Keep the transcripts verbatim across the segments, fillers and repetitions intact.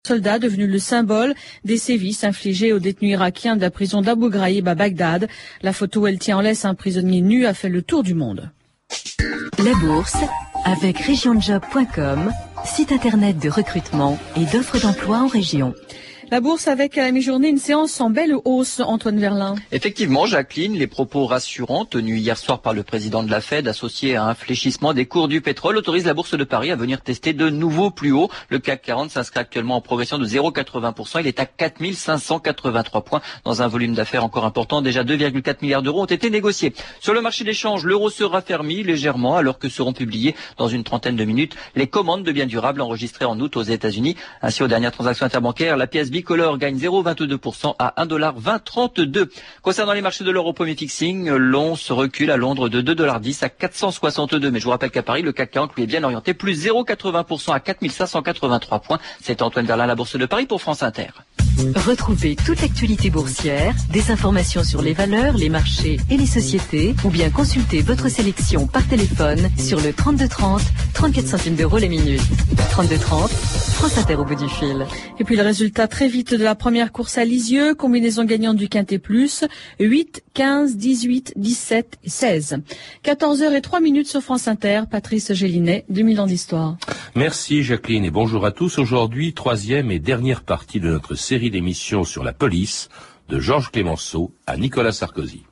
Soldat devenu le symbole des sévices infligés aux détenus irakiens de la prison d'Abu Ghraib à Bagdad. La photo où elle tient en laisse un prisonnier nu a fait le tour du monde. La bourse avec regionjob point com, site internet de recrutement et d'offres d'emploi en région. La bourse avec à la mi-journée une séance en belle hausse, Antoine Verlin. Effectivement, Jacqueline, les propos rassurants tenus hier soir par le président de la Fed associés à un fléchissement des cours du pétrole autorisent la bourse de Paris à venir tester de nouveaux plus hauts. Le C A C quarante s'inscrit actuellement en progression de zéro virgule quatre-vingts pour cent. Il est à quatre mille cinq cent quatre-vingt-trois points dans un volume d'affaires encore important. Déjà deux virgule quatre milliards d'euros ont été négociés. Sur le marché d'échange, l'euro se raffermit légèrement alors que seront publiées dans une trentaine de minutes les commandes de biens durables enregistrées en août aux États-Unis. Ainsi, aux dernières transactions interbancaires, la pièce bicolore gagne zéro virgule vingt-deux pour cent à un dollar vingt trente-deux. Concernant les marchés de l'euro premier fixing, l'on se recule à Londres de deux dollars dix à quatre cent soixante-deux. Mais je vous rappelle qu'à Paris, le C A C quarante lui est bien orienté, plus zéro virgule quatre-vingts pour cent à quatre mille cinq cent quatre-vingt-trois points. C'est Antoine Verlin, la Bourse de Paris pour France Inter. Retrouvez toute l'actualité boursière, des informations sur les valeurs, les marchés et les sociétés, ou bien consultez votre sélection par téléphone sur le trente-deux trente, trente-quatre centimes d'euros la minute. trente-deux trente, France Inter au bout du fil. Et puis le résultat très vite de la première course à Lisieux, combinaison gagnante du Quintet Plus, huit, quinze, dix-huit, dix-sept et seize. quatorze heures et trois minutes sur France Inter, Patrice Gélinet, deux mille ans d'histoire. Merci Jacqueline et bonjour à tous. Aujourd'hui, troisième et dernière partie de notre série d'émissions sur la police, de Georges Clemenceau à Nicolas Sarkozy.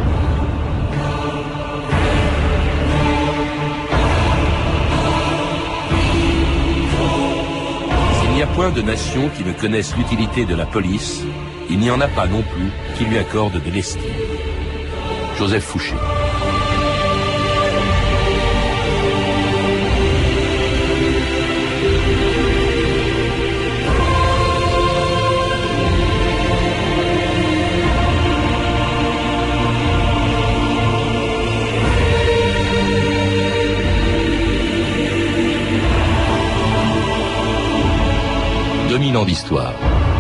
S'il n'y a point de nation qui ne connaisse l'utilité de la police, il n'y en a pas non plus qui lui accorde de l'estime. Joseph Fouché. deux mille ans d'histoire.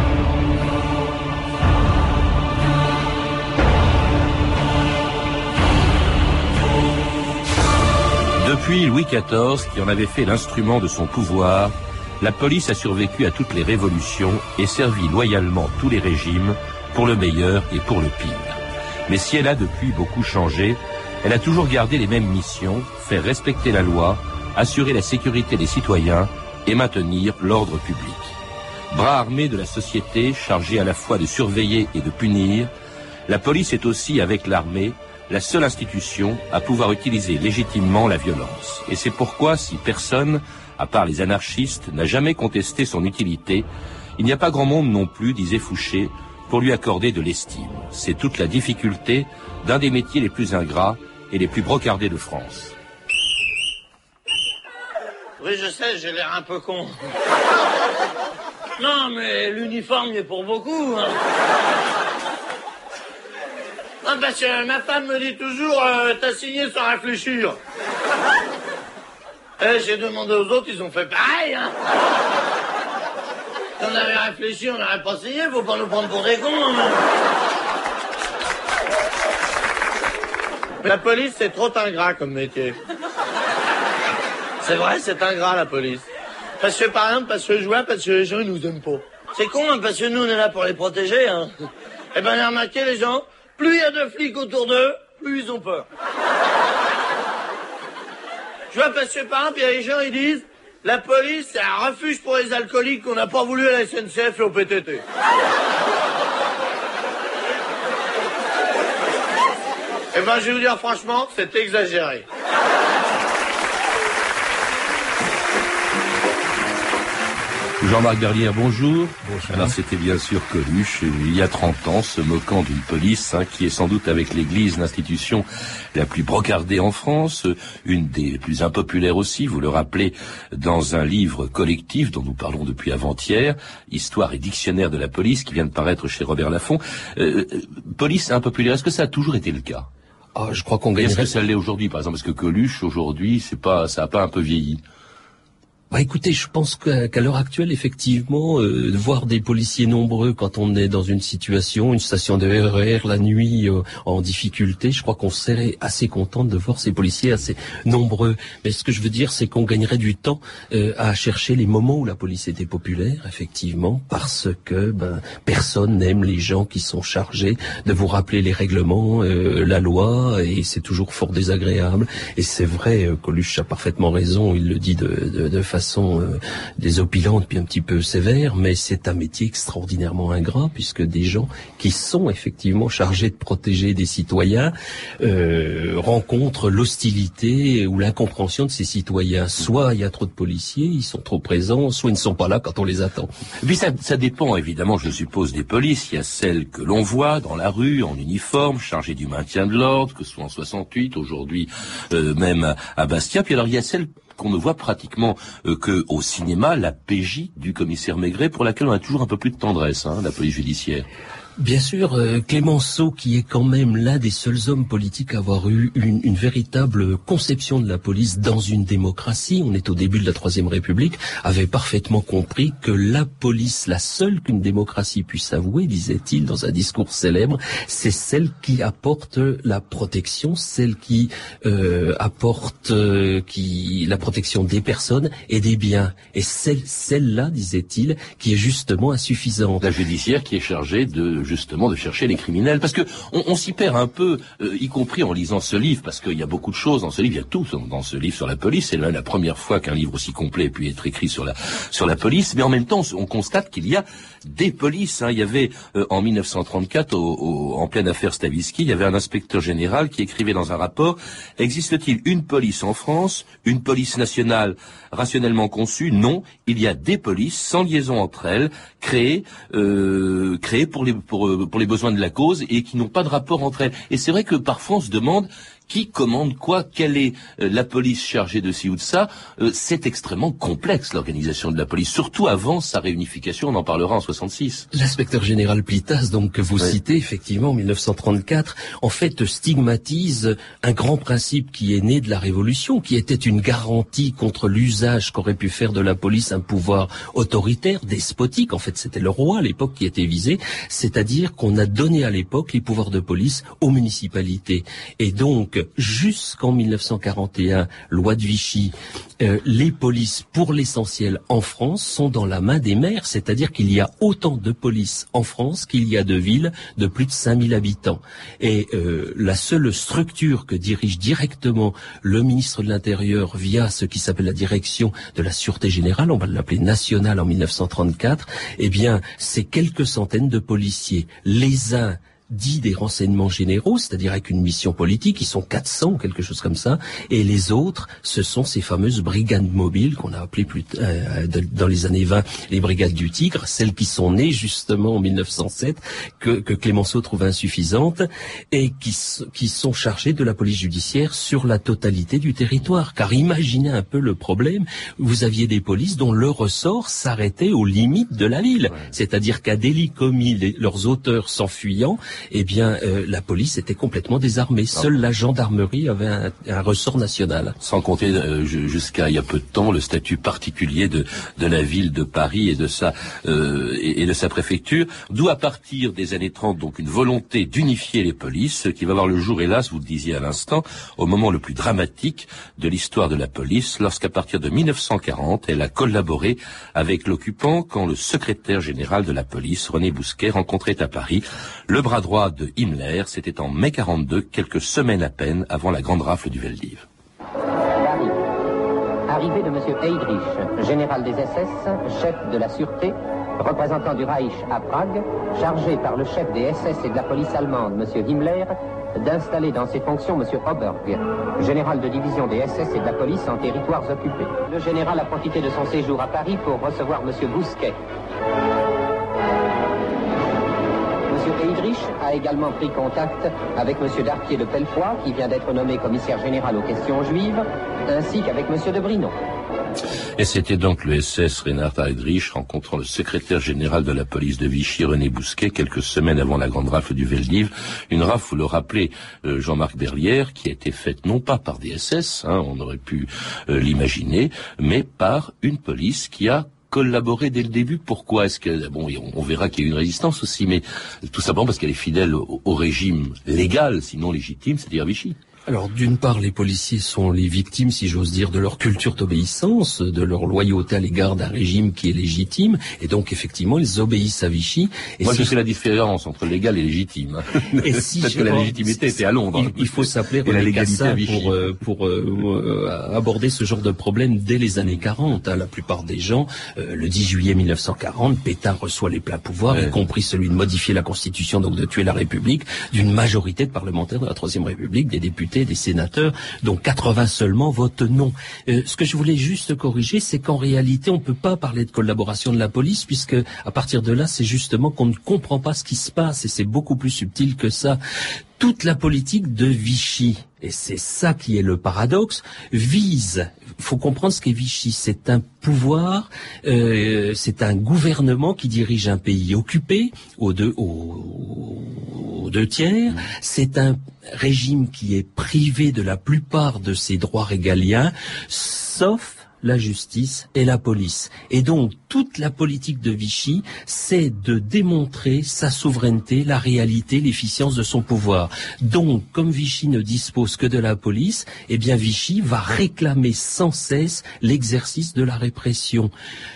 Depuis Louis quatorze, qui en avait fait l'instrument de son pouvoir, la police a survécu à toutes les révolutions et servi loyalement tous les régimes, pour le meilleur et pour le pire. Mais si elle a depuis beaucoup changé, elle a toujours gardé les mêmes missions, faire respecter la loi, assurer la sécurité des citoyens et maintenir l'ordre public. Bras armé de la société, chargé à la fois de surveiller et de punir, la police est aussi, avec l'armée, la seule institution à pouvoir utiliser légitimement la violence. Et c'est pourquoi, si personne, à part les anarchistes, n'a jamais contesté son utilité, il n'y a pas grand monde non plus, disait Fouché, pour lui accorder de l'estime. C'est toute la difficulté d'un des métiers les plus ingrats et les plus brocardés de France. Oui, je sais, j'ai l'air un peu con. Non, mais l'uniforme, il est pour beaucoup, hein. Non, parce que ma femme me dit toujours, euh, t'as signé sans réfléchir. Eh, j'ai demandé aux autres, ils ont fait pareil, hein. Si on avait réfléchi, on n'aurait pas signé, faut pas nous prendre pour des cons, hein. La police, c'est trop ingrat comme métier. C'est vrai, c'est ingrat, la police. Parce que, par exemple, parce que je vois, parce que les gens, ils nous aiment pas. C'est con, hein, parce que nous, on est là pour les protéger, hein. Eh ben, on a remarqué, les gens, plus il y a de flics autour d'eux, plus ils ont peur. Je vois, parce que, par exemple, il y a les gens, ils disent, la police, c'est un refuge pour les alcooliques qu'on n'a pas voulu à la S N C F et au P T T. Eh ben, je vais vous dire, franchement, c'est exagéré. Jean-Marc Berlière, bonjour. Bonjour. Alors c'était bien sûr Coluche, il y a trente ans, se moquant d'une police hein, qui est sans doute avec l'Église l'institution la plus brocardée en France, une des plus impopulaires aussi, vous le rappelez, dans un livre collectif dont nous parlons depuis avant-hier, Histoire et dictionnaire de la police, qui vient de paraître chez Robert Laffont. Euh, police impopulaire, est-ce que ça a toujours été le cas? Ah, je crois qu'on gagnerait. Est-ce que ça l'est aujourd'hui, par exemple? Parce que Coluche, aujourd'hui, c'est pas, ça a pas un peu vieilli? Bah écoutez, je pense qu'à, qu'à l'heure actuelle, effectivement, euh, voir des policiers nombreux quand on est dans une situation, une station de R E R la nuit euh, en difficulté, je crois qu'on serait assez content de voir ces policiers assez nombreux. Mais ce que je veux dire, c'est qu'on gagnerait du temps euh, à chercher les moments où la police était populaire, effectivement, parce que ben, personne n'aime les gens qui sont chargés de vous rappeler les règlements, euh, la loi, et c'est toujours fort désagréable. Et c'est vrai, euh, Coluche a parfaitement raison, il le dit de, de, de façon façon euh, désopilante puis un petit peu sévère, mais c'est un métier extraordinairement ingrat puisque des gens qui sont effectivement chargés de protéger des citoyens euh, rencontrent l'hostilité ou l'incompréhension de ces citoyens. Soit il y a trop de policiers, ils sont trop présents, soit ils ne sont pas là quand on les attend. Et puis ça, ça dépend évidemment, je suppose, des polices. Il y a celles que l'on voit dans la rue, en uniforme, chargées du maintien de l'ordre, que ce soit en soixante-huit, aujourd'hui euh, même à Bastia. Puis alors il y a celles qu'on ne voit pratiquement euh, que au cinéma, la P J du commissaire Maigret, pour laquelle on a toujours un peu plus de tendresse, hein, la police judiciaire. Bien sûr, euh, Clémenceau, qui est quand même l'un des seuls hommes politiques à avoir eu une, une véritable conception de la police dans une démocratie, on est au début de la Troisième République, avait parfaitement compris que la police, la seule qu'une démocratie puisse avouer, disait-il dans un discours célèbre, c'est celle qui apporte la protection, celle qui euh, apporte euh, qui la protection des personnes et des biens. Et celle, celle-là, disait-il, qui est justement insuffisante. La judiciaire qui est chargée de justement de chercher les criminels, parce que on, on s'y perd un peu, euh, y compris en lisant ce livre, parce qu'il y a beaucoup de choses dans ce livre, il y a tout dans ce livre sur la police, c'est même la première fois qu'un livre aussi complet ait pu être écrit sur la sur la police, mais en même temps on constate qu'il y a des polices, hein. Il y avait euh, en mille neuf cent trente-quatre, au, au, en pleine affaire Stavisky, il y avait un inspecteur général qui écrivait dans un rapport: existe-t-il une police en France, une police nationale rationnellement conçue? Non, il y a des polices sans liaison entre elles, créées euh, créées pour les pour, pour les besoins de la cause et qui n'ont pas de rapport entre elles. Et c'est vrai que parfois on se demande qui commande quoi, quelle est euh, la police chargée de ci ou de ça. Euh, c'est extrêmement complexe l'organisation de la police, surtout avant sa réunification, on en parlera en soixante-six. L'inspecteur général Plitas, donc que vous oui. citez effectivement en mille neuf cent trente-quatre, en fait stigmatise un grand principe qui est né de la Révolution, qui était une garantie contre l'usage qu'aurait pu faire de la police un pouvoir autoritaire, despotique. En fait, c'était le roi à l'époque qui était visé, c'est-à-dire qu'on a donné à l'époque les pouvoirs de police aux municipalités. Et donc jusqu'en mille neuf cent quarante et un, loi de Vichy, euh, les polices, pour l'essentiel en France, sont dans la main des maires, c'est-à-dire qu'il y a autant de polices en France qu'il y a de villes de plus de cinq mille habitants. Et euh, la seule structure que dirige directement le ministre de l'Intérieur via ce qui s'appelle la direction de la Sûreté Générale, on va l'appeler nationale en mille neuf cent trente-quatre, eh bien, c'est quelques centaines de policiers. Les uns dit des renseignements généraux, c'est-à-dire avec une mission politique, ils sont quatre cents, quelque chose comme ça, et les autres, ce sont ces fameuses brigades mobiles qu'on a appelées plus euh, de, dans les années vingt les brigades du Tigre, celles qui sont nées justement en mille neuf cent sept, que, que Clémenceau trouve insuffisantes, et qui, qui sont chargées de la police judiciaire sur la totalité du territoire. Car imaginez un peu le problème, vous aviez des polices dont le ressort s'arrêtait aux limites de la ville, ouais. C'est-à-dire qu'à délit commis, les, leurs auteurs s'enfuyant, eh bien, euh, la police était complètement désarmée. Seule la gendarmerie avait un, un ressort national. Sans compter, euh, jusqu'à il y a peu de temps, le statut particulier de, de la ville de Paris et de sa, euh, et, et de sa préfecture, d'où à partir des années trente, donc une volonté d'unifier les polices, qui va voir le jour, hélas, vous le disiez à l'instant, au moment le plus dramatique de l'histoire de la police, lorsqu'à partir de mille neuf cent quarante, elle a collaboré avec l'occupant quand le secrétaire général de la police, René Bousquet, rencontrait à Paris le bras droit de Himmler. C'était en mai quarante-deux, quelques semaines à peine avant la grande rafle du Veldiv. Paris. Arrivée de M. Heydrich, général des S S, chef de la sûreté, représentant du Reich à Prague, chargé par le chef des S S et de la police allemande, M. Himmler, d'installer dans ses fonctions M. Oberg, général de division des S S et de la police en territoires occupés. Le général a profité de son séjour à Paris pour recevoir M. Bousquet. M. Heydrich a également pris contact avec M. Darquier de Pellefoy, qui vient d'être nommé commissaire général aux questions juives, ainsi qu'avec M. de Brinon. Et c'était donc le S S Reinhard Heydrich rencontrant le secrétaire général de la police de Vichy, René Bousquet, quelques semaines avant la grande rafle du Veldiv. Une rafle, vous le rappelez, euh, Jean-Marc Berlière, qui a été faite non pas par des S S, hein, on aurait pu euh, l'imaginer, mais par une police qui a collaboré dès le début. Pourquoi est-ce que, bon, on verra qu'il y a eu une résistance aussi, mais tout simplement parce qu'elle est fidèle au, au régime légal, sinon légitime, c'est-à-dire Vichy. Alors, d'une part, les policiers sont les victimes, si j'ose dire, de leur culture d'obéissance, de leur loyauté à l'égard d'un régime qui est légitime, et donc, effectivement, ils obéissent à Vichy. Et Moi, si... je fais la différence entre légal et légitime. Et si Peut-être que la légitimité était à Londres. Il, il faut s'appeler René Cassin pour, euh, pour euh, aborder ce genre de problème dès les années quarante. Hein. La plupart des gens, euh, le dix juillet mille neuf cent quarante, Pétain reçoit les pleins pouvoirs, ouais. y compris celui de modifier la Constitution, donc de tuer la République, d'une majorité de parlementaires de la Troisième République, des députés, des sénateurs, dont quatre-vingts seulement votent non. Euh, ce que je voulais juste corriger, c'est qu'en réalité, on ne peut pas parler de collaboration de la police, puisque à partir de là, c'est justement qu'on ne comprend pas ce qui se passe, et c'est beaucoup plus subtil que ça. Toute la politique de Vichy, et c'est ça qui est le paradoxe, vise, il faut comprendre ce qu'est Vichy, c'est un pouvoir, euh, c'est un gouvernement qui dirige un pays occupé aux deux, aux, aux deux tiers, c'est un régime qui est privé de la plupart de ses droits régaliens, sauf la justice et la police. Et donc, toute la politique de Vichy, c'est de démontrer sa souveraineté, la réalité, l'efficience de son pouvoir. Donc, comme Vichy ne dispose que de la police, eh bien, Vichy va réclamer sans cesse l'exercice de la répression.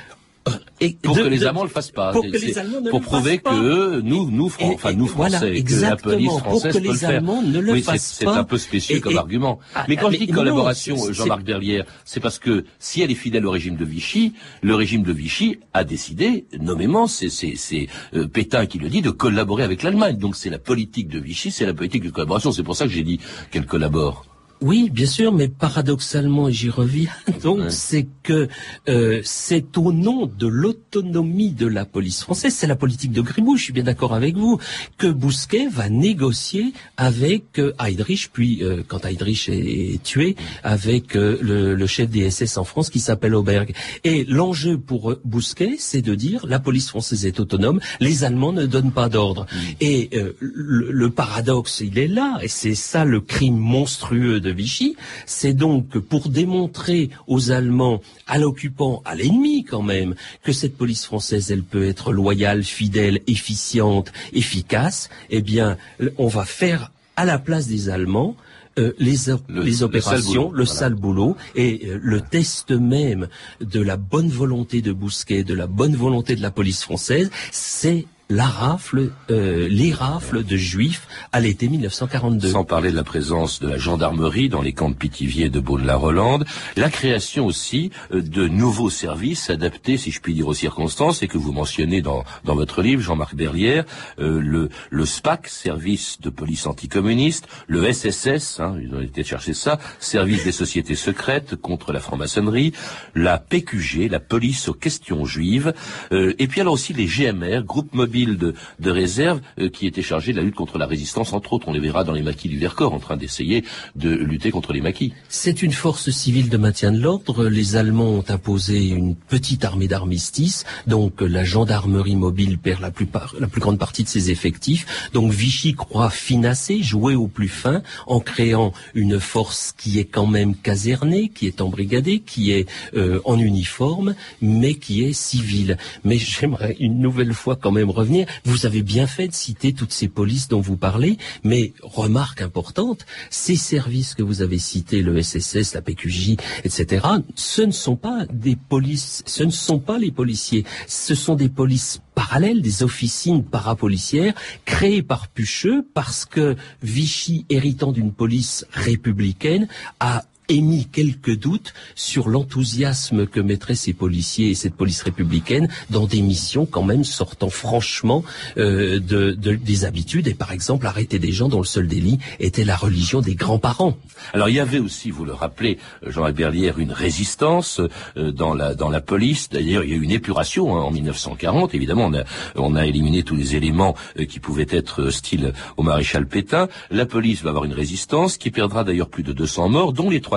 Et pour de, que les de, Allemands le fassent pas, pour, que les Allemands ne pour le prouver fassent pas. que nous, nous, Fran- et, enfin nous Français, voilà, que la police française pour que peut le les Allemands faire. Ne le oui, fassent c'est, pas. c'est un peu spécieux et, comme et, argument. ah, mais quand mais, je dis mais collaboration, non, Jean-Marc Berlière, c'est parce que si elle est fidèle au régime de Vichy, le régime de Vichy a décidé, nommément, c'est, c'est, c'est euh, Pétain qui le dit, de collaborer avec l'Allemagne. Donc c'est la politique de Vichy, c'est la politique de collaboration. C'est pour ça que j'ai dit qu'elle collabore. Oui, bien sûr, mais paradoxalement, et j'y reviens, donc ouais. c'est que euh, c'est au nom de l'autonomie de la police française, c'est la politique de Grimaud, je suis bien d'accord avec vous, que Bousquet va négocier avec euh, Heydrich, puis euh, quand Heydrich est, est tué, avec euh, le, le chef des S S en France qui s'appelle Auberg. Et l'enjeu pour euh, Bousquet, c'est de dire la police française est autonome, les Allemands ne donnent pas d'ordre. Mmh. Et euh, le, le paradoxe, il est là, et c'est ça le crime monstrueux de Vichy, c'est donc que pour démontrer aux Allemands, à l'occupant, à l'ennemi quand même, que cette police française, elle peut être loyale, fidèle, efficiente, efficace, eh bien, on va faire à la place des Allemands Euh, les, op- le, les opérations, le sale boulot, et euh, le test même de la bonne volonté de Bousquet, de la bonne volonté de la police française, c'est la rafle, euh, les rafles de juifs à l'été mille neuf cent quarante-deux. Sans parler de la présence de la gendarmerie dans les camps de Pithiviers et de Beaune-la-Rolande, la création aussi euh, de nouveaux services adaptés, si je puis dire, aux circonstances, et que vous mentionnez dans, dans votre livre, Jean-Marc Berlière, euh, le, le S P A C, service de police anticommuniste, le S S S, hein, ils ont été chercher ça, service des sociétés secrètes contre la franc-maçonnerie, la P Q G, la police aux questions juives, euh, et puis alors aussi les G M R, groupe mobile de, de réserve, euh, qui étaient chargés de la lutte contre la résistance, entre autres. On les verra dans les maquis du Vercors en train d'essayer de lutter contre les maquis. C'est une force civile de maintien de l'ordre. Les Allemands ont imposé une petite armée d'armistice, donc la gendarmerie mobile perd la plupart, la plus grande partie de ses effectifs. Donc Vichy croit finasser, jouer au plus fin, en créant une force qui est quand même casernée, qui est embrigadée, qui est euh, en uniforme, mais qui est civile. Mais j'aimerais une nouvelle fois quand même revenir. Vous avez bien fait de citer toutes ces polices dont vous parlez, mais remarque importante, ces services que vous avez cités, le S S S, la P Q J, et cetera, ce ne sont pas des polices, ce ne sont pas les policiers, ce sont des polices parallèles, des officines parapolicières créées par Pucheux parce que Vichy, héritant d'une police républicaine, a émis quelques doutes sur l'enthousiasme que mettraient ces policiers et cette police républicaine dans des missions quand même sortant franchement euh, de, de, des habitudes, et par exemple arrêter des gens dont le seul délit était la religion des grands-parents. Alors il y avait aussi, vous le rappelez, Jean-Marc Berlière, une résistance euh, dans la dans la police. D'ailleurs, il y a eu une épuration hein, en mille neuf cent quarante. Évidemment, on a on a éliminé tous les éléments euh, qui pouvaient être hostiles au maréchal Pétain. La police va avoir une résistance qui perdra d'ailleurs plus de deux cents morts, dont les trois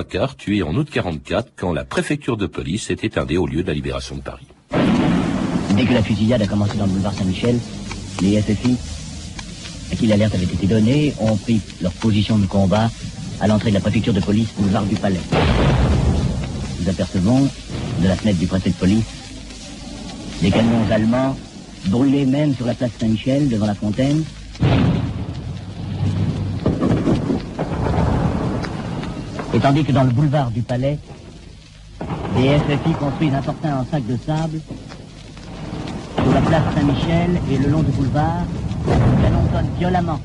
quarts tués en août quarante-quatre quand la préfecture de police était un des hauts lieux de la libération de Paris. Dès que la fusillade a commencé dans le boulevard Saint-Michel, les F F I, à qui l'alerte avait été donnée, ont pris leur position de combat à l'entrée de la préfecture de police boulevard du Palais. Nous apercevons, de la fenêtre du préfet de police, des camions allemands brûlés même sur la place Saint-Michel devant la fontaine. Et tandis que dans le boulevard du Palais, des F F I construisent un fortin en sac de sable sur la place Saint-Michel et le long du boulevard, le canon sonne violemment.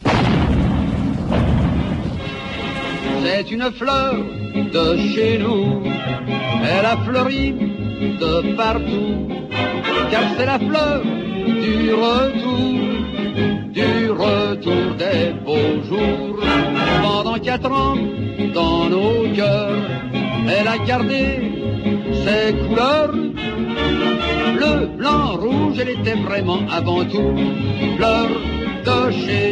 C'est une fleur de chez nous, elle a fleuri de partout, car c'est la fleur du retour, du retour des beaux jours. Pendant quatre ans, dans nos cœurs, elle a gardé ses couleurs, bleu, blanc, rouge, elle était vraiment avant tout fleur de chez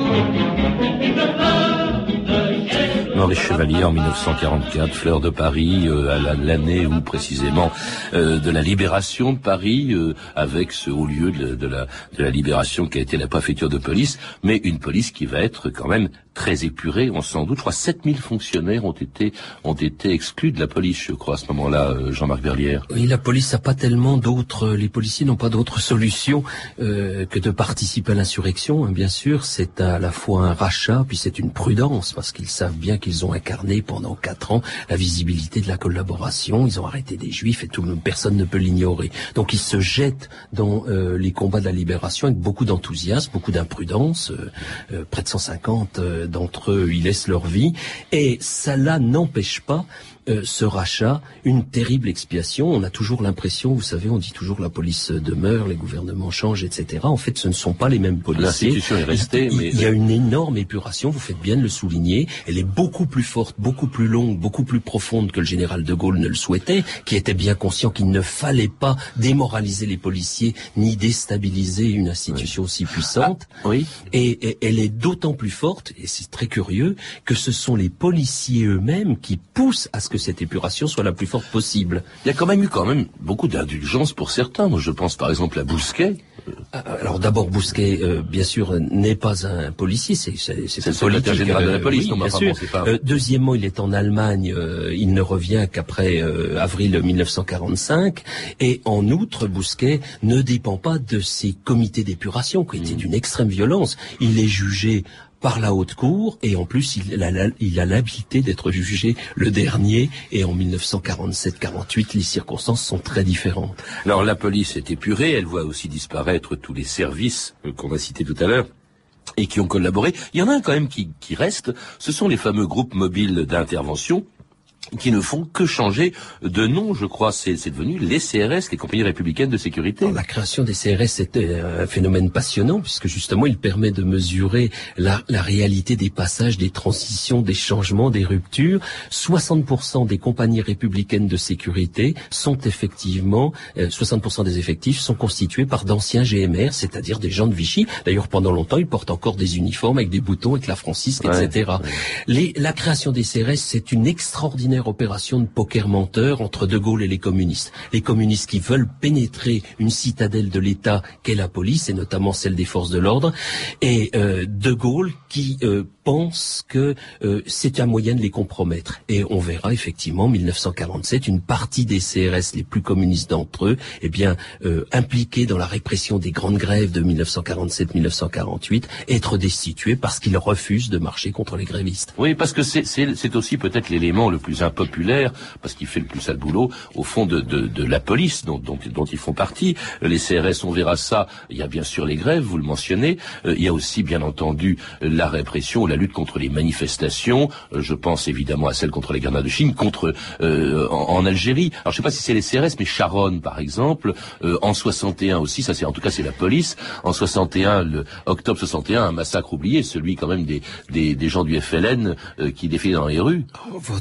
nous. Une fleur de chez nous. Maurice Chevalier en mille neuf cent quarante-quatre, Fleur de Paris, euh, à l'année où précisément euh, de la libération de Paris, euh, avec ce haut lieu de, de, la, de la libération qui a été la préfecture de police, mais une police qui va être quand même très épurée, on s'en doute. Je crois sept mille fonctionnaires ont été ont été exclus de la police, je crois, à ce moment-là, euh, Jean-Marc Berlière. Oui, la police n'a pas tellement d'autres, les policiers n'ont pas d'autre solution euh, que de participer à l'insurrection, hein, bien sûr. C'est à la fois un rachat, puis c'est une prudence, parce qu'ils savent bien qu'ils ont incarné pendant quatre ans la visibilité de la collaboration. Ils ont arrêté des juifs et tout, personne ne peut l'ignorer. Donc ils se jettent dans euh, les combats de la libération avec beaucoup d'enthousiasme, beaucoup d'imprudence. Euh, euh, près de cent cinquante euh, d'entre eux y laissent leur vie. Et cela n'empêche pas Euh, ce rachat, une terrible expiation. On a toujours l'impression, vous savez, on dit toujours la police demeure, les gouvernements changent, et cetera. En fait, ce ne sont pas les mêmes policiers. L'institution est restée, il, mais... Il y a une énorme épuration, vous faites bien de le souligner. Elle est beaucoup plus forte, beaucoup plus longue, beaucoup plus profonde que le général de Gaulle ne le souhaitait, qui était bien conscient qu'il ne fallait pas démoraliser les policiers, ni déstabiliser une institution oui. aussi puissante. Ah, oui. Et, et elle est d'autant plus forte, et c'est très curieux, que ce sont les policiers eux-mêmes qui poussent à ce que cette épuration soit la plus forte possible. Il y a quand même eu quand même beaucoup d'indulgence pour certains. Moi, je pense par exemple à Bousquet. Alors d'abord, Bousquet, euh, bien sûr, n'est pas un policier, c'est c'est c'est le secrétaire général de la police, oui, non, bien sûr. Pas... Euh, deuxièmement, il est en Allemagne, euh, il ne revient qu'après euh, avril mille neuf cent quarante-cinq, et en outre, Bousquet ne dépend pas de ces comités d'épuration qui étaient mmh. d'une extrême violence. Il est jugé par la haute cour, et en plus il a, il a l'habilité d'être jugé le dernier, et en mille neuf cent quarante-sept quarante-huit les circonstances sont très différentes. Alors la police est épurée, elle voit aussi disparaître tous les services qu'on a cités tout à l'heure et qui ont collaboré. Il y en a un quand même qui, qui reste, ce sont les fameux groupes mobiles d'intervention qui ne font que changer de nom, je crois. C'est, c'est devenu les C R S, les compagnies républicaines de sécurité. Alors, la création des C R S était un phénomène passionnant, puisque justement, il permet de mesurer la, la réalité des passages, des transitions, des changements, des ruptures. soixante pour cent des compagnies républicaines de sécurité sont effectivement, euh, soixante pour cent des effectifs sont constitués par d'anciens G M R, c'est-à-dire des gens de Vichy. D'ailleurs, pendant longtemps, ils portent encore des uniformes avec des boutons, avec la francisque, ouais, et cetera. Ouais. Les, la création des C R S, c'est une extraordinaire opération de poker menteur entre De Gaulle et les communistes. Les communistes qui veulent pénétrer une citadelle de l'État qu'est la police, et notamment celle des forces de l'ordre, et euh, De Gaulle qui euh, pense que euh, c'est un moyen de les compromettre. Et on verra effectivement, en mille neuf cent quarante-sept, une partie des C R S les plus communistes d'entre eux, eh bien, euh, impliqués dans la répression des grandes grèves de mille neuf cent quarante-sept mille neuf cent quarante-huit, être destitués parce qu'ils refusent de marcher contre les grévistes. Oui, parce que c'est, c'est, c'est aussi peut-être l'élément le plus impopulaire, parce qu'il fait le plus sale boulot, au fond de, de, de la police dont, dont, dont ils font partie. Les C R S, on verra ça. Il y a bien sûr les grèves, vous le mentionnez. Euh, il y a aussi, bien entendu, la répression, la lutte contre les manifestations. Euh, je pense évidemment à celle contre les grenades de Chine, contre euh, en, en Algérie. Alors je sais pas si c'est les C R S, mais Sharon, par exemple, euh, en soixante et un aussi, ça c'est en tout cas c'est la police. En soixante et un, le octobre soixante et un, un massacre oublié, celui quand même des, des, des gens du F L N euh, qui défilaient dans les rues. Oh, votre remarque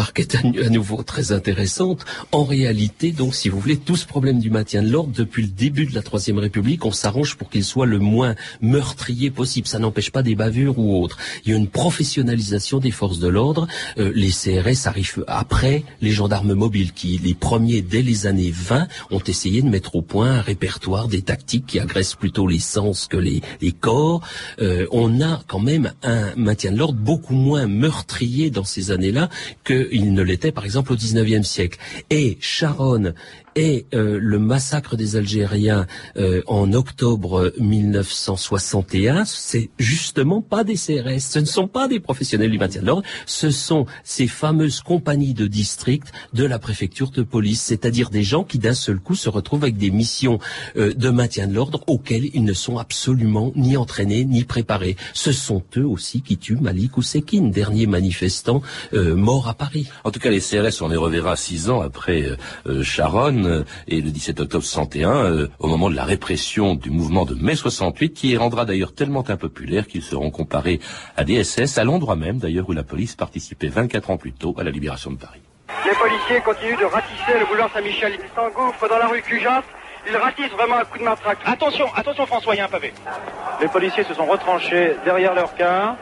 remarque est à nouveau très intéressante. En réalité, donc, si vous voulez, tout ce problème du maintien de l'ordre, depuis le début de la Troisième République, on s'arrange pour qu'il soit le moins meurtrier possible. Ça n'empêche pas des bavures ou autres. Il y a une professionnalisation des forces de l'ordre. Euh, les C R S arrivent après les gendarmes mobiles, qui, les premiers, dès les années vingt, ont essayé de mettre au point un répertoire des tactiques qui agressent plutôt les sens que les, les corps. Euh, on a quand même un maintien de l'ordre beaucoup moins meurtrier dans ces années-là qu'il ne l'était, par exemple, au dix-neuvième siècle. Et Charonne et euh, le massacre des Algériens euh, en octobre mille neuf cent soixante et un, c'est justement pas des C R S, ce ne sont pas des professionnels du maintien de l'ordre, ce sont ces fameuses compagnies de district de la préfecture de police, c'est-à-dire des gens qui d'un seul coup se retrouvent avec des missions euh, de maintien de l'ordre auxquelles ils ne sont absolument ni entraînés ni préparés. Ce sont eux aussi qui tuent Malik Oussekine, dernier manifestant euh, mort à Paris. En tout cas, les C R S, on les reverra six ans après euh, Charonne, et le dix-sept octobre soixante et un, euh, au moment de la répression du mouvement de mai soixante-huit, qui rendra d'ailleurs tellement impopulaire qu'ils seront comparés à des S S, à l'endroit même d'ailleurs où la police participait vingt-quatre ans plus tôt à la libération de Paris. Les policiers continuent de ratisser le boulevard Saint-Michel. Ils s'engouffrent dans la rue Cujas. Ils ratissent vraiment un coup de matraque. Attention, attention François, il y a un pavé. Les policiers se sont retranchés derrière leur car.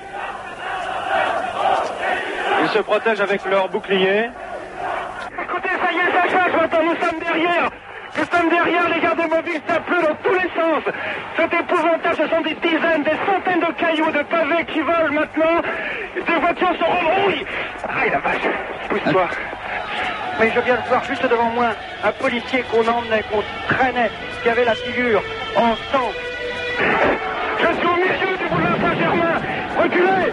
Ils se protègent avec leurs boucliers. Écoutez, ça y est, ça change maintenant, nous sommes derrière. Nous sommes derrière, les gardes mobiles, ça pleut dans tous les sens. C'est épouvantable, ce sont des dizaines, des centaines de cailloux, de pavés qui volent maintenant. Des voitures se rebrouillent. Aïe la vache, pousse-toi. Mais je viens de voir juste devant moi un policier qu'on emmenait, qu'on traînait, qui avait la figure en sang. Je suis au milieu du boulevard Saint-Germain. Reculez.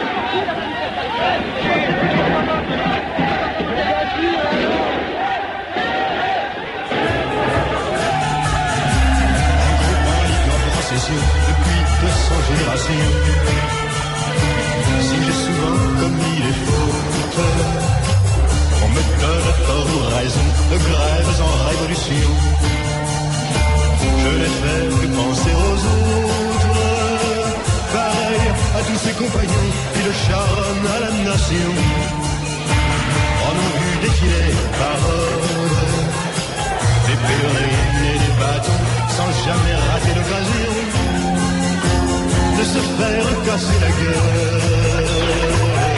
Depuis deux cents générations, si j'ai souvent commis les fautes, on me donne tort ou raison de grèves en révolution. Je n'ai fait que penser aux autres, pareil à tous ses compagnons qui le charonnent à la nation. On a vu défiler par ordre des pèlerines et des bâtons sans jamais rater l'occasion de se faire casser la gueule.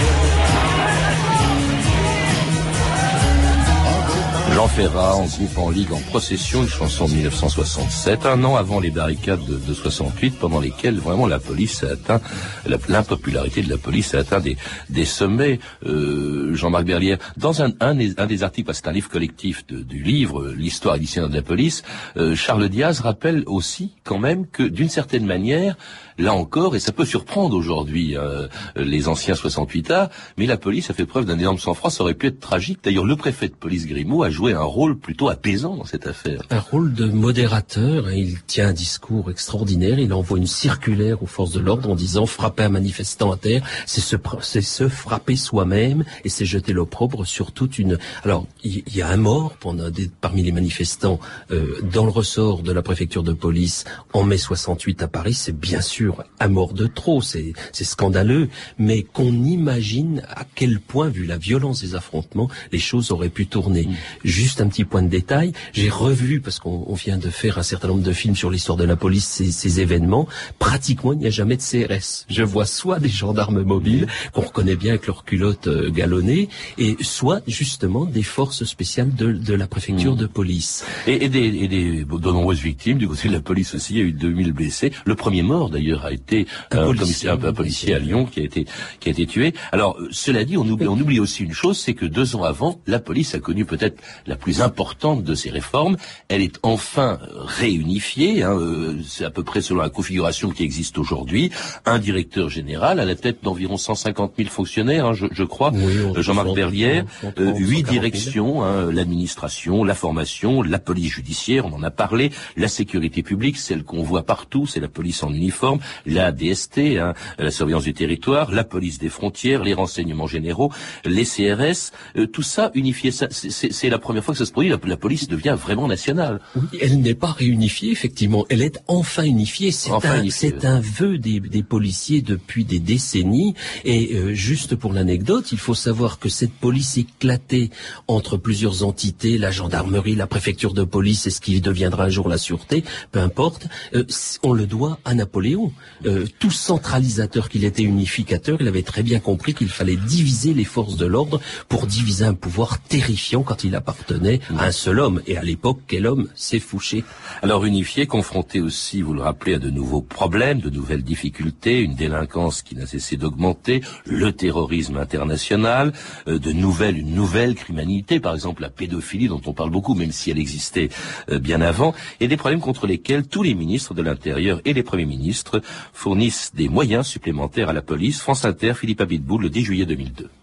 Jean Ferrat, en groupe en ligue, en procession, une chanson de mille neuf cent soixante-sept, un an avant les barricades de, de soixante-huit, pendant lesquelles vraiment la police a atteint, la, l'impopularité de la police a atteint des, des sommets. Euh, Jean-Marc Berlière, dans un, un, un des articles, c'est un livre collectif de, du livre, l'histoire éditionnaire de la police, euh, Charles Diaz rappelle aussi quand même que d'une certaine manière, là encore, et ça peut surprendre aujourd'hui euh, les anciens soixante-huitards, mais la police a fait preuve d'un énorme sang-froid, ça aurait pu être tragique. D'ailleurs, le préfet de police Grimaud a joué un rôle plutôt apaisant dans cette affaire. Un rôle de modérateur, il tient un discours extraordinaire, il envoie une circulaire aux forces de l'ordre en disant frapper un manifestant à terre, c'est se, c'est se frapper soi-même et c'est jeter l'opprobre sur toute une... Alors, il y, y a un mort pendant des, parmi les manifestants euh, dans le ressort de la préfecture de police en mai soixante-huit à Paris, c'est bien sûr un mort de trop, c'est, c'est scandaleux, mais qu'on imagine à quel point, vu la violence des affrontements, les choses auraient pu tourner. Mmh. Juste un petit point de détail, j'ai revu, parce qu'on on vient de faire un certain nombre de films sur l'histoire de la police, ces, ces événements, pratiquement il n'y a jamais de C R S. Je vois soit des gendarmes mobiles, qu'on reconnaît bien avec leurs culottes euh, galonnées, et soit justement des forces spéciales de, de la préfecture mmh. de police. Et, et, des, et des, de nombreuses victimes, du côté de la police aussi, il y a eu deux mille blessés. Le premier mort d'ailleurs a été un, un, policier, un, un policier à Lyon qui a été, qui a été tué. Alors, cela dit, on oublie, on oublie aussi une chose, c'est que deux ans avant, la police a connu peut-être la plus importante de ces réformes. Elle est enfin réunifiée, hein, euh, c'est à peu près selon la configuration qui existe aujourd'hui. Un directeur général à la tête d'environ cent cinquante mille fonctionnaires, hein, je, je crois, oui, Jean-Marc Berlière, euh, huit directions, hein, l'administration, la formation, la police judiciaire, on en a parlé, la sécurité publique, celle qu'on voit partout, c'est la police en uniforme, la D S T, hein, la surveillance du territoire, la police des frontières, les renseignements généraux, les C R S, euh, tout ça unifié, ça, c'est, c'est la première fois. fois que ça se produit, la, la police devient vraiment nationale. Oui, elle n'est pas réunifiée, effectivement. Elle est enfin unifiée. C'est enfin un, unifiée. c'est un vœu des, des policiers depuis des décennies. Et euh, juste pour l'anecdote, il faut savoir que cette police éclatée entre plusieurs entités, la gendarmerie, la préfecture de police et ce qui deviendra un jour la sûreté, peu importe, euh, on le doit à Napoléon. Euh, tout centralisateur qu'il était unificateur, il avait très bien compris qu'il fallait diviser les forces de l'ordre pour diviser un pouvoir terrifiant quand il appartenait à un seul homme. Et à l'époque, quel homme? C'est Fouché. Alors unifié, confronté aussi, vous le rappelez, à de nouveaux problèmes, de nouvelles difficultés, une délinquance qui n'a cessé d'augmenter, le terrorisme international, euh, de nouvelles, une nouvelle criminalité, par exemple la pédophilie dont on parle beaucoup, même si elle existait euh, bien avant, et des problèmes contre lesquels tous les ministres de l'Intérieur et les premiers ministres fournissent des moyens supplémentaires à la police. France Inter, Philippe Abitboul, le dix juillet deux mille deux.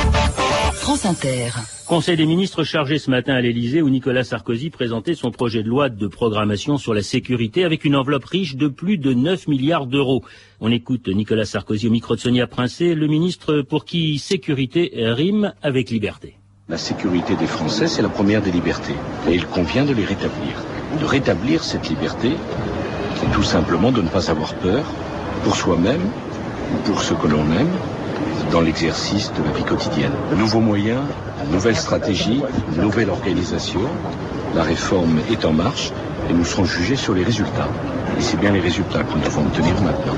France Inter. Conseil des ministres chargé ce matin à l'Élysée où Nicolas Sarkozy présentait son projet de loi de programmation sur la sécurité avec une enveloppe riche de plus de neuf milliards d'euros. On écoute Nicolas Sarkozy au micro de Sonia Princet, le ministre pour qui sécurité rime avec liberté. La sécurité des Français, c'est la première des libertés. Et il convient de les rétablir. De rétablir cette liberté, c'est tout simplement de ne pas avoir peur pour soi-même ou pour ce que l'on aime, dans l'exercice de la vie quotidienne. De nouveaux moyens, de nouvelles stratégies, de nouvelle organisation. La réforme est en marche et nous serons jugés sur les résultats. Et c'est bien les résultats que nous devons obtenir maintenant.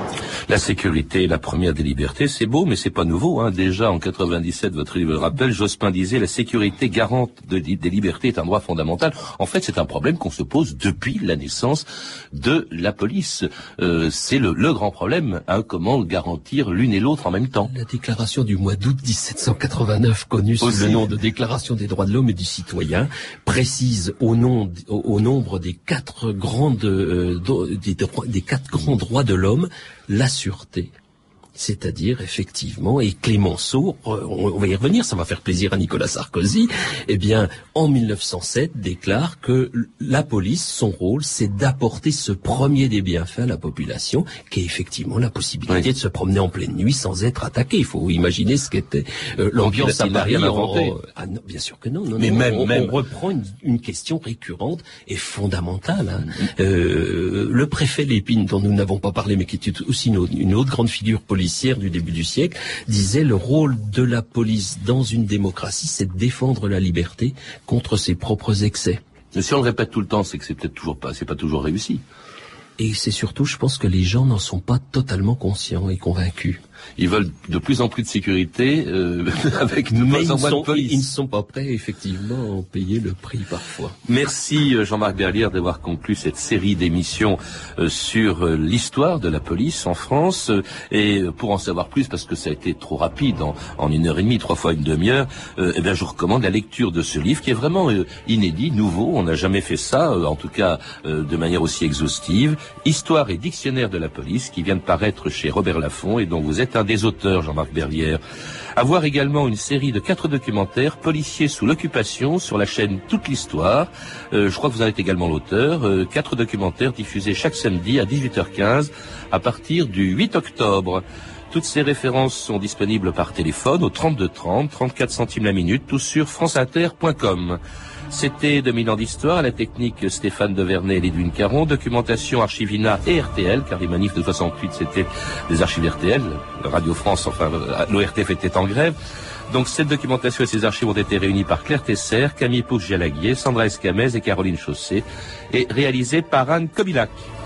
La sécurité, la première des libertés, c'est beau, mais c'est pas nouveau. Hein. Déjà, en quatre-vingt-dix-sept, votre livre le rappelle, Jospin disait « La sécurité garante de, des libertés est un droit fondamental ». En fait, c'est un problème qu'on se pose depuis la naissance de la police. Euh, c'est le, le grand problème, hein, comment garantir l'une et l'autre en même temps. La déclaration du mois d'août dix-sept cent quatre-vingt-neuf, connue sous Aussi. le nom de Déclaration des droits de l'homme et du citoyen, précise au, nom, au, au nombre des quatre grandes, euh, des, des quatre grands droits de l'homme, la sûreté. C'est-à-dire, effectivement, et Clémenceau, on va y revenir, ça va faire plaisir à Nicolas Sarkozy, eh bien, en mille neuf cent sept, déclare que la police, son rôle, c'est d'apporter ce premier des bienfaits à la population, qui est effectivement la possibilité oui. de se promener en pleine nuit sans être attaqué. Il faut imaginer ce qu'était euh, l'ambiance à Paris. En, en, ah non, bien sûr que non. non Mais non, même, on, même... on reprend une, une question récurrente et fondamentale. Hein. Mm-hmm. Euh, le préfet Lépine, dont nous n'avons pas parlé, mais qui était aussi une, une autre grande figure politique, du début du siècle, disait le rôle de la police dans une démocratie, c'est de défendre la liberté contre ses propres excès. Mais si on le répète tout le temps, c'est que c'est peut-être toujours pas, c'est pas toujours réussi. Et c'est surtout, je pense que les gens n'en sont pas totalement conscients et convaincus. Ils veulent de plus en plus de sécurité euh, avec de Mais moins en moins sont, de police. Ils ne sont pas prêts, effectivement, à en payer le prix parfois. Merci Jean-Marc Berlière d'avoir conclu cette série d'émissions euh, sur euh, l'histoire de la police en France. Euh, et pour en savoir plus, parce que ça a été trop rapide, en, en une heure et demie, trois fois une demi-heure, euh, eh bien, je vous recommande la lecture de ce livre qui est vraiment euh, inédit, nouveau. On n'a jamais fait ça, euh, en tout cas euh, de manière aussi exhaustive. Histoire et dictionnaire de la police, qui vient de paraître chez Robert Laffont et dont vous êtes un des auteurs, Jean-Marc Berlière. À voir également une série de quatre documentaires policiers sous l'occupation sur la chaîne Toute l'Histoire. Euh, je crois que vous en êtes également l'auteur. Euh, quatre documentaires diffusés chaque samedi à dix-huit heures quinze à partir du huit octobre. Toutes ces références sont disponibles par téléphone au trente-deux trente, trente-quatre centimes la minute, tout sur franceinter point com. C'était deux mille ans d'histoire, à la technique Stéphane Devernay et Lédouine Caron, documentation Archivina et R T L, car les manifs de soixante-huit c'était des archives R T L, Radio France, enfin l'O R T F était en grève. Donc cette documentation et ces archives ont été réunies par Claire Tesser, Camille Pouche-Jalaguier, Sandra Escamez et Caroline Chaussé, et réalisées par Anne Kobilac.